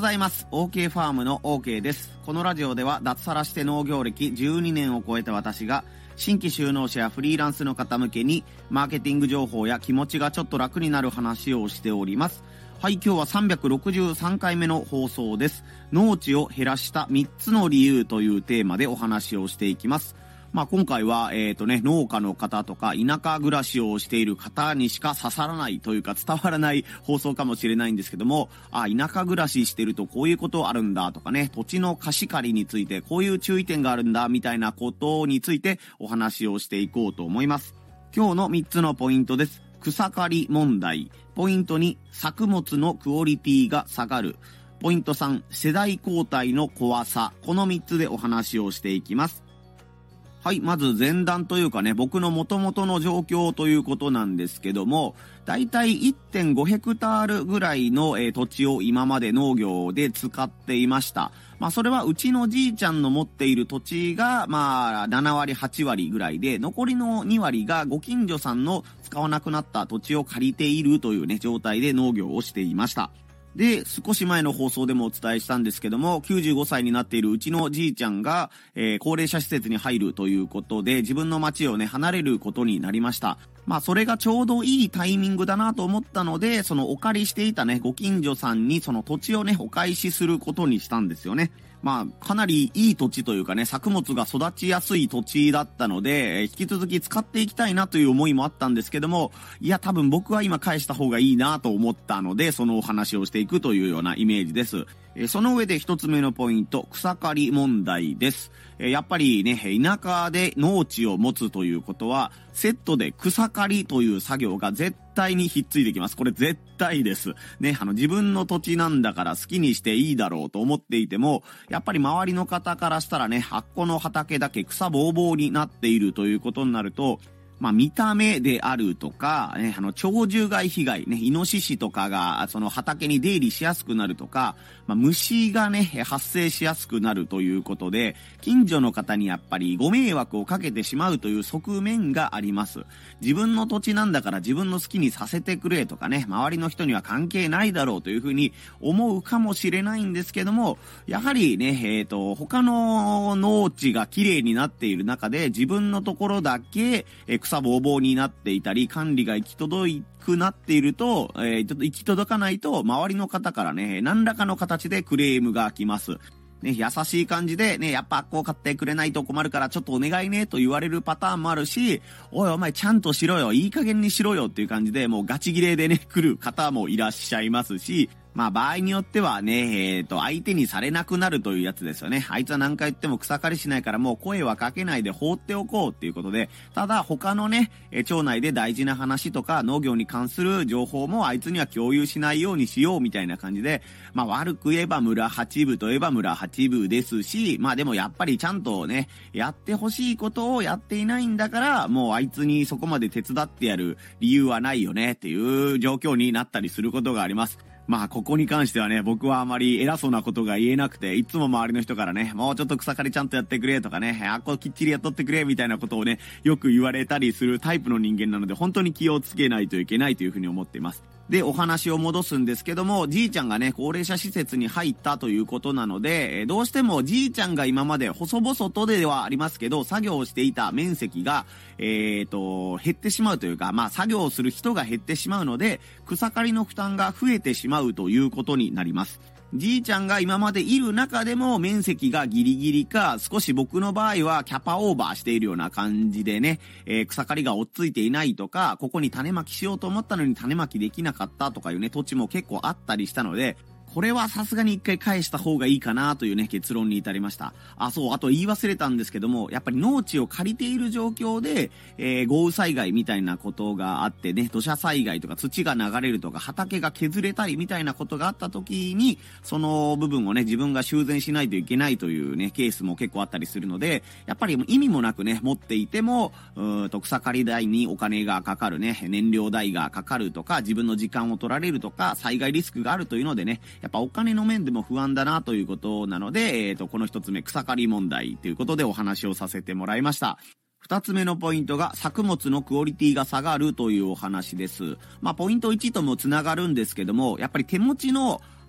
ざいます。OK ファームの OK です。このラジオでは脱サラして農業歴12年を超えた私が新規就農者やフリーランスの方向けにマーケティング情報や気持ちがちょっと楽になる話をしております。はい、今日は363回目の放送です。農地を減らした3つの理由というテーマでお話をしていきます。今回は、農家の方とか田舎暮らしをしている方にしか刺さらないというか伝わらない放送かもしれないんですけども、田舎暮らししてるとこういうことあるんだとかね、土地の貸し借りについてこういう注意点があるんだみたいなことについてお話をしていこうと思います。今日の3つのポイントです。草刈り問題。ポイント2、作物のクオリティが下がる。ポイント3、世代交代の怖さ。この3つでお話をしていきます。はい、まず前段というかね、僕の元々の状況ということなんですけども、だいたい 1.5 ヘクタールぐらいの、土地を今まで農業で使っていました。それはうちのじいちゃんの持っている土地が、7割、8割ぐらいで、残りの2割がご近所さんの使わなくなった土地を借りているというね、状態で農業をしていました。で、少し前の放送でもお伝えしたんですけども、95歳になっているうちのじいちゃんが、高齢者施設に入るということで、自分の町をね、離れることになりました。それがちょうどいいタイミングだなと思ったので、そのお借りしていたね、ご近所さんにその土地をね、お返しすることにしたんですよね。かなりいい土地というかね、作物が育ちやすい土地だったので、引き続き使っていきたいなという思いもあったんですけども、いや多分僕は今返した方がいいなと思ったので、そのお話をしていくというようなイメージです。その上で一つ目のポイント、草刈り問題です。やっぱりね、田舎で農地を持つということは、セットで草刈りという作業が絶対にひっついてきます。これ絶対です。ね、自分の土地なんだから好きにしていいだろうと思っていても、やっぱり周りの方からしたらね、あっこの畑だけ草ぼうぼうになっているということになると、見た目であるとか、ね、鳥獣害被害、ね、イノシシとかが、その畑に出入りしやすくなるとか、虫がね、発生しやすくなるということで、近所の方にやっぱりご迷惑をかけてしまうという側面があります。自分の土地なんだから自分の好きにさせてくれとかね、周りの人には関係ないだろうというふうに思うかもしれないんですけども、やはりね、他の農地が綺麗になっている中で、自分のところだけ、草ぼうぼうになっていたり、管理が行き届くなっていると、ちょっと行き届かないと、周りの方からね、何らかの形でクレームが来ます。ね、優しい感じで、ね、やっぱこう買ってくれないと困るからちょっとお願いねと言われるパターンもあるし、おいお前ちゃんとしろよ、いい加減にしろよっていう感じで、もうガチギレでね、来る方もいらっしゃいますし、場合によってはね、相手にされなくなるというやつですよね。あいつは何回言っても草刈りしないからもう声はかけないで放っておこうっていうことで、ただ他のね、町内で大事な話とか農業に関する情報もあいつには共有しないようにしようみたいな感じで、悪く言えば村八部といえば村八部ですし、でもやっぱりちゃんとね、やってほしいことをやっていないんだから、もうあいつにそこまで手伝ってやる理由はないよねっていう状況になったりすることがあります。ここに関してはね、僕はあまり偉そうなことが言えなくて、いつも周りの人からね、もうちょっと草刈りちゃんとやってくれとかね、こうきっちりやっとってくれみたいなことをね、よく言われたりするタイプの人間なので、本当に気をつけないといけないというふうに思っています。で、お話を戻すんですけども、じいちゃんがね、高齢者施設に入ったということなので、どうしてもじいちゃんが今まで細々とではありますけど、作業をしていた面積が、減ってしまうというか、作業をする人が減ってしまうので、草刈りの負担が増えてしまうということになります。じいちゃんが今までいる中でも面積がギリギリか、少し僕の場合はキャパオーバーしているような感じでね、草刈りが追っついていないとか、ここに種まきしようと思ったのに種まきできなかったとかいうね、土地も結構あったりしたので、これはさすがに一回返した方がいいかなというね、結論に至りました。あと言い忘れたんですけども、やっぱり農地を借りている状況で、豪雨災害みたいなことがあってね、土砂災害とか土が流れるとか畑が削れたりみたいなことがあった時に、その部分をね、自分が修繕しないといけないというね、ケースも結構あったりするので、やっぱり意味もなくね、持っていても、草刈り代にお金がかかるね、燃料代がかかるとか、自分の時間を取られるとか、災害リスクがあるというのでね、やっぱお金の面でも不安だなということなので、この一つ目、草刈り問題ということでお話をさせてもらいました。二つ目のポイントが作物のクオリティが下がるというお話です。ポイント1ともつながるんですけども、やっぱり手持ちの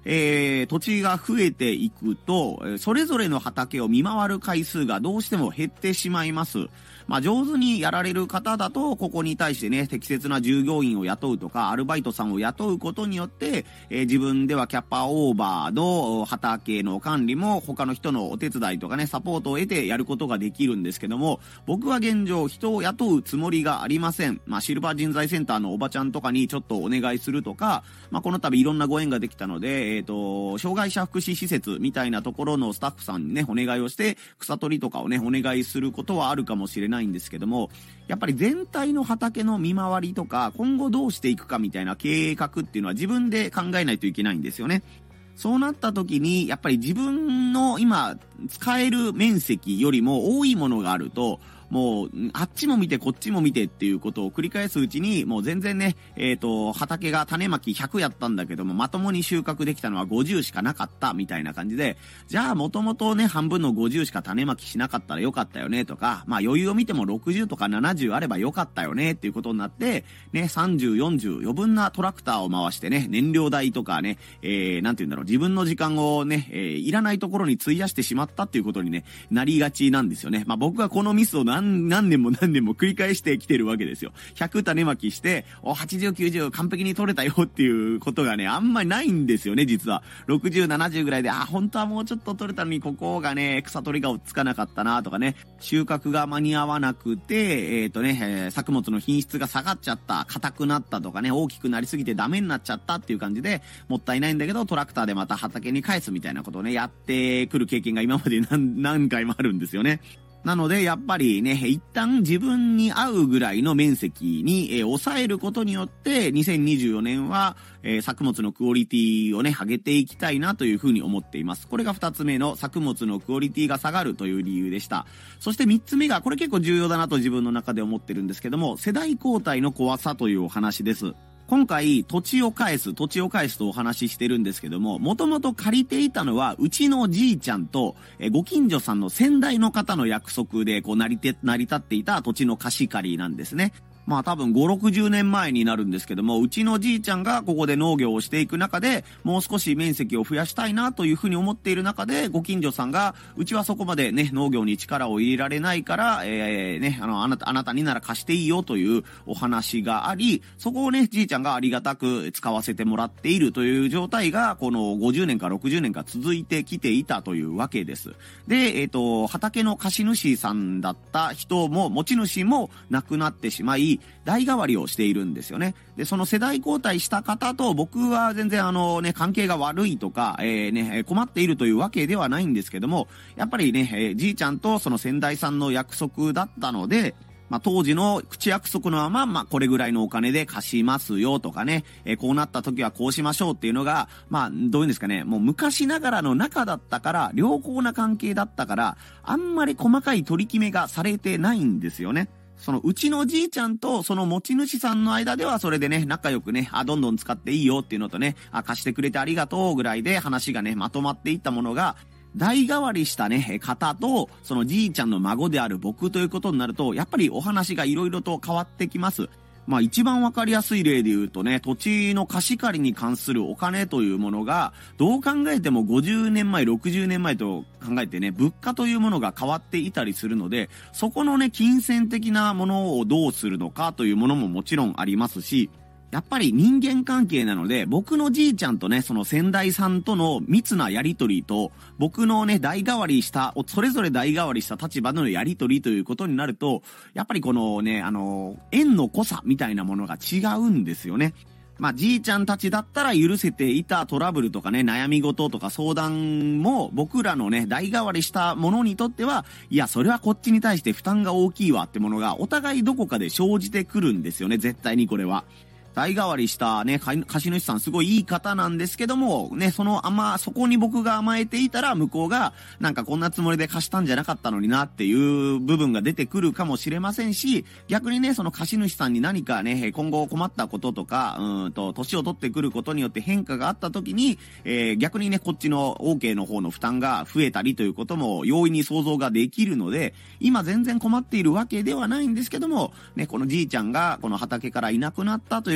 土地が増えていくと、それぞれの畑を見回る回数がどうしても減ってしまいます。上手にやられる方だと、ここに対してね、適切な従業員を雇うとか、アルバイトさんを雇うことによって、自分ではキャッパーオーバーの畑の管理も他の人のお手伝いとかね、サポートを得てやることができるんですけども、僕は現状人を雇うつもりがありません。シルバー人材センターのおばちゃんとかにちょっとお願いするとか、この度いろんなご縁ができたので、障害者福祉施設みたいなところのスタッフさんにね、お願いをして、草取りとかをね、お願いすることはあるかもしれないんですけども、やっぱり全体の畑の見回りとか、今後どうしていくかみたいな計画っていうのは自分で考えないといけないんですよね。そうなった時に、やっぱり自分の今使える面積よりも多いものがあると、もう、あっちも見てこっちも見てっていうことを繰り返すうちに、もう全然ね、畑が種まき100やったんだけども、まともに収穫できたのは50しかなかったみたいな感じで、じゃあもともとね、半分の50しか種まきしなかったらよかったよねとか、余裕を見ても60とか70あればよかったよねっていうことになって、ね、30、40余分なトラクターを回してね、燃料代とかね、なんて言うんだろう、自分の時間をね、いらないところに費やしてしまったっていうことにね、なりがちなんですよね。僕はこのミスを何年も繰り返してきてるわけですよ。100種まきして、80、90完璧に取れたよっていうことがね、あんまりないんですよね、実は。60、70ぐらいで、本当はもうちょっと取れたのに、ここがね、草取りが追っつかなかったなとかね、収穫が間に合わなくて、作物の品質が下がっちゃった、硬くなったとかね、大きくなりすぎてダメになっちゃったっていう感じで、もったいないんだけど、トラクターでまた畑に返すみたいなことをね、やってくる経験が今まで何回もあるんですよね。なので、やっぱりね、一旦自分に合うぐらいの面積に、抑えることによって、2024年は、作物のクオリティをね、上げていきたいなというふうに思っています。これが2つ目の作物のクオリティが下がるという理由でした。そして3つ目が、これ結構重要だなと自分の中で思ってるんですけども、世代交代の怖さというお話です。今回、土地を返すとお話ししてるんですけども、もともと借りていたのは、うちのじいちゃんと、ご近所さんの先代の方の約束で、成り立っていた土地の貸し借りなんですね。多分5、60年前になるんですけども、うちのじいちゃんがここで農業をしていく中で、もう少し面積を増やしたいなというふうに思っている中で、ご近所さんが、うちはそこまでね、農業に力を入れられないから、あなたになら貸していいよというお話があり、そこをね、じいちゃんがありがたく使わせてもらっているという状態が、この50年か60年か続いてきていたというわけです。で、畑の貸主さんだった人も、持ち主も亡くなってしまい、代替わりをしているんですよね。で、その世代交代した方と僕は全然関係が悪いとか、困っているというわけではないんですけども、やっぱりね、じいちゃんとその先代さんの約束だったので、当時の口約束のまま、これぐらいのお金で貸しますよとかね、こうなった時はこうしましょうっていうのが、どういうんですかね、もう昔ながらの仲だったから、良好な関係だったから、あんまり細かい取り決めがされてないんですよね。そのうちのじいちゃんとその持ち主さんの間ではそれでね、仲良くね、どんどん使っていいよっていうのとね、貸してくれてありがとうぐらいで話がね、まとまっていったものが、代替わりしたね、方と、そのじいちゃんの孫である僕ということになると、やっぱりお話がいろいろと変わってきます。一番わかりやすい例で言うとね、土地の貸し借りに関するお金というものが、どう考えても50年前、60年前と考えてね、物価というものが変わっていたりするので、そこのね、金銭的なものをどうするのかというものももちろんありますし、やっぱり人間関係なので、僕のじいちゃんとね、その先代さんとの密なやりとりと、僕のね、それぞれ代替わりした立場のやりとりということになると、やっぱりこのね、縁の濃さみたいなものが違うんですよね。じいちゃんたちだったら許せていたトラブルとかね、悩み事とか相談も、僕らのね、代替わりしたものにとっては、いや、それはこっちに対して負担が大きいわってものが、お互いどこかで生じてくるんですよね、絶対にこれは。代替わりしたね、貸主さんすごいいい方なんですけども、ね、そこに僕が甘えていたら、向こうが、こんなつもりで貸したんじゃなかったのになっていう部分が出てくるかもしれませんし、逆にね、その貸主さんに何かね、今後困ったこととか、年を取ってくることによって変化があった時に、逆にね、こっちの OK の方の負担が増えたりということも容易に想像ができるので、今全然困っているわけではないんですけども、ね、このじいちゃんがこの畑からいなくなったという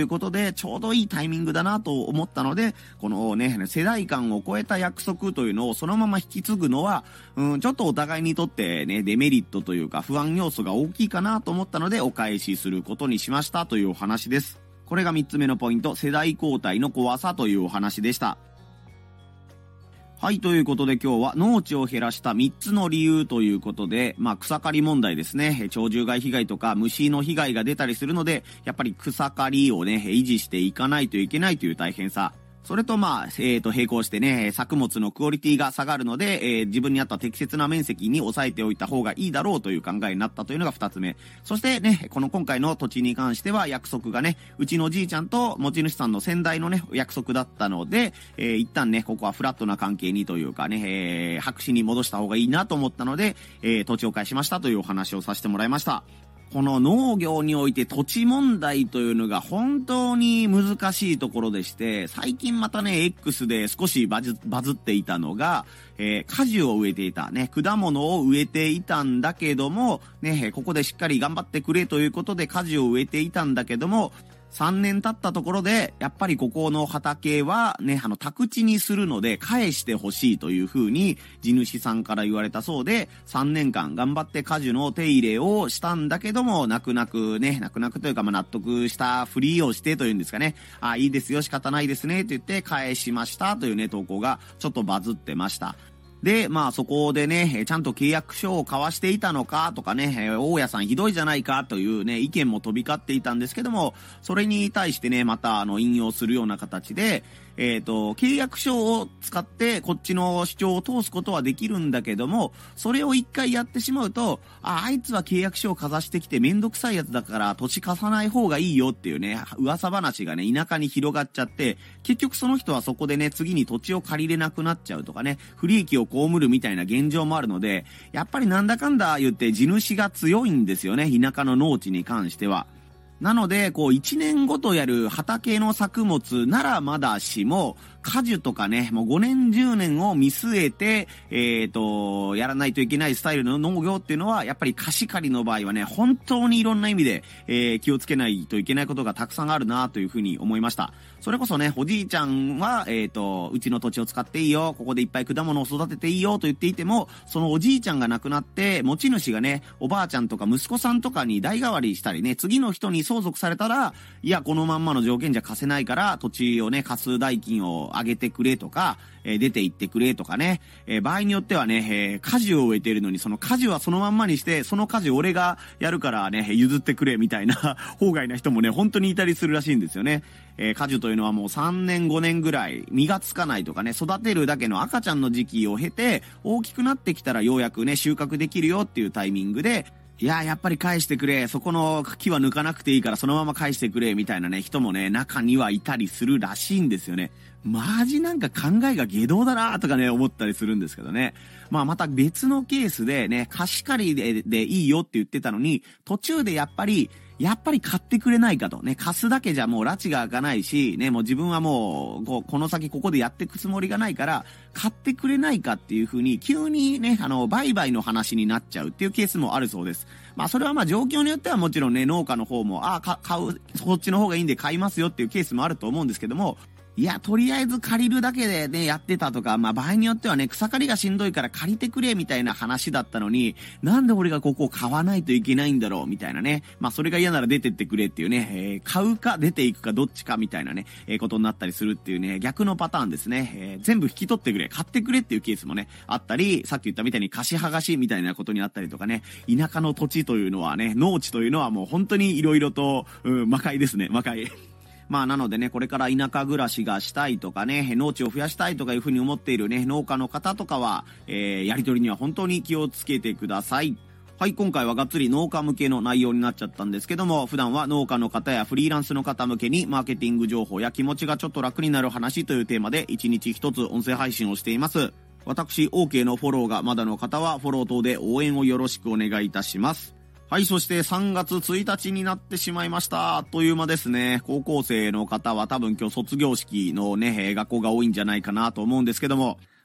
いうことで、ちょうどいいタイミングだなと思ったので、このね、世代間を超えた約束というのをそのまま引き継ぐのは、ちょっとお互いにとってね、デメリットというか不安要素が大きいかなと思ったので、お返しすることにしましたというお話です。これが3つ目のポイント、世代交代の怖さというお話でした。はい、ということで今日は農地を減らした3つの理由ということで、草刈り問題ですね。鳥獣害被害とか虫の被害が出たりするので、やっぱり草刈りをね、維持していかないといけないという大変さ。それと並行してね、作物のクオリティが下がるので、自分に合った適切な面積に抑えておいた方がいいだろうという考えになったというのが2つ目。そしてね、今回の土地に関しては約束がね、うちのおじいちゃんと持ち主さんの先代のね、約束だったので、一旦ね、ここはフラットな関係にというかね、白紙に戻した方がいいなと思ったので、土地を返しましたというお話をさせてもらいました。この農業において土地問題というのが本当に難しいところでして、最近またね、X で少しバズっていたのが、果樹を植えていたね、果物を植えていたんだけども、ね、ここでしっかり頑張ってくれということで果樹を植えていたんだけども、3年経ったところで、やっぱりここの畑はね、宅地にするので返してほしいという風に地主さんから言われたそうで、3年間頑張って果樹の手入れをしたんだけども、泣く泣くというか納得したふりをしてというんですかね。いいですよ、仕方ないですね、と言って返しましたというね、投稿がちょっとバズってました。で、そこでね、ちゃんと契約書を交わしていたのかとかね、大家さんひどいじゃないかというね、意見も飛び交っていたんですけども、それに対してね、また引用するような形で、契約書を使ってこっちの主張を通すことはできるんだけども、それを一回やってしまうと、あいつは契約書をかざしてきてめんどくさいやつだから土地貸さない方がいいよっていうね、噂話がね、田舎に広がっちゃって、結局その人はそこでね、次に土地を借りれなくなっちゃうとかね、不利益を被るみたいな現状もあるので、やっぱりなんだかんだ言って地主が強いんですよね、田舎の農地に関しては。なので、1年ごとやる畑の作物ならまだしも、果樹とかね、もう5年10年を見据えて、やらないといけないスタイルの農業っていうのは、やっぱり貸し借りの場合はね、本当にいろんな意味で、気をつけないといけないことがたくさんあるなというふうに思いました。それこそね、おじいちゃんは、うちの土地を使っていいよ、ここでいっぱい果物を育てていいよと言っていても、そのおじいちゃんが亡くなって、持ち主がね、おばあちゃんとか息子さんとかに代替わりしたりね、次の人に相続されたら、いや、このまんまの条件じゃ貸せないから、土地をね、貸す代金を上げてくれとか、出て行ってくれとかね、場合によってはね、果樹を植えているのに、その果樹はそのまんまにして、その果樹俺がやるからね、譲ってくれみたいな、法外な人もね、本当にいたりするらしいんですよね。果樹というのはもう3年5年ぐらい、実がつかないとかね、育てるだけの赤ちゃんの時期を経て、大きくなってきたらようやくね、収穫できるよっていうタイミングで、いや、やっぱり返してくれ。そこの茎は抜かなくていいからそのまま返してくれ。みたいなね、人もね、中にはいたりするらしいんですよね。マジなんか考えが下道だなとかね、思ったりするんですけどね。また別のケースでね、貸し借りでいいよって言ってたのに、途中でやっぱり買ってくれないかと。ね、貸すだけじゃもう拉致が開かないし、ね、もう自分はもう、この先ここでやっていくつもりがないから、買ってくれないかっていう風に、急にね、売買の話になっちゃうっていうケースもあるそうです。それは状況によってはもちろんね、農家の方も、そっちの方がいいんで買いますよっていうケースもあると思うんですけども、いや、とりあえず借りるだけでね、やってたとか、場合によってはね、草刈りがしんどいから借りてくれみたいな話だったのに、なんで俺がここを買わないといけないんだろうみたいなね。それが嫌なら出てってくれっていうね、買うか出ていくかどっちかみたいなね、ことになったりするっていうね、逆のパターンですね。全部引き取ってくれ、買ってくれっていうケースもね、あったり、さっき言ったみたいに貸し剥がしみたいなことになったりとかね、田舎の土地というのはね、農地というのはもう本当に色々と、魔界ですね、魔界。なのでね、これから田舎暮らしがしたいとかね、農地を増やしたいとかいうふうに思っているね、農家の方とかは、やり取りには本当に気をつけてください。はい、今回はがっつり農家向けの内容になっちゃったんですけども、普段は農家の方やフリーランスの方向けにマーケティング情報や気持ちがちょっと楽になる話というテーマで1日1つ音声配信をしています。私、OK のフォローがまだの方はフォロー等で応援をよろしくお願いいたします。はい、そして3月1日になってしまいました。あっという間ですね。高校生の方は多分今日卒業式のね、学校が多いんじゃないかなと思うんですけども、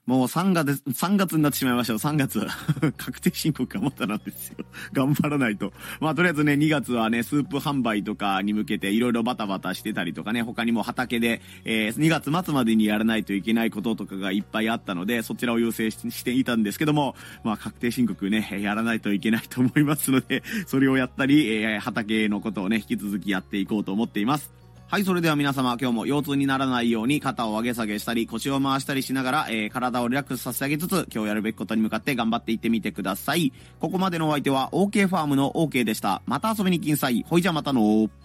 もう3月になってしまいましたよ、3月。確定申告がまたなんですよ。頑張らないと。まあとりあえずね、2月はね、スープ販売とかに向けていろいろバタバタしてたりとかね、他にも畑で、2月末までにやらないといけないこととかがいっぱいあったので、そちらを優先していたんですけども、まあ確定申告ね、やらないといけないと思いますので、それをやったり、畑のことをね、引き続きやっていこうと思っています。はい、それでは皆様、今日も腰痛にならないように肩を上げ下げしたり、腰を回したりしながら、体をリラックスさせてあげつつ、今日やるべきことに向かって頑張っていってみてください。ここまでのお相手は OK ファームの OK でした。また遊びに来んさい。ほいじゃまたのー。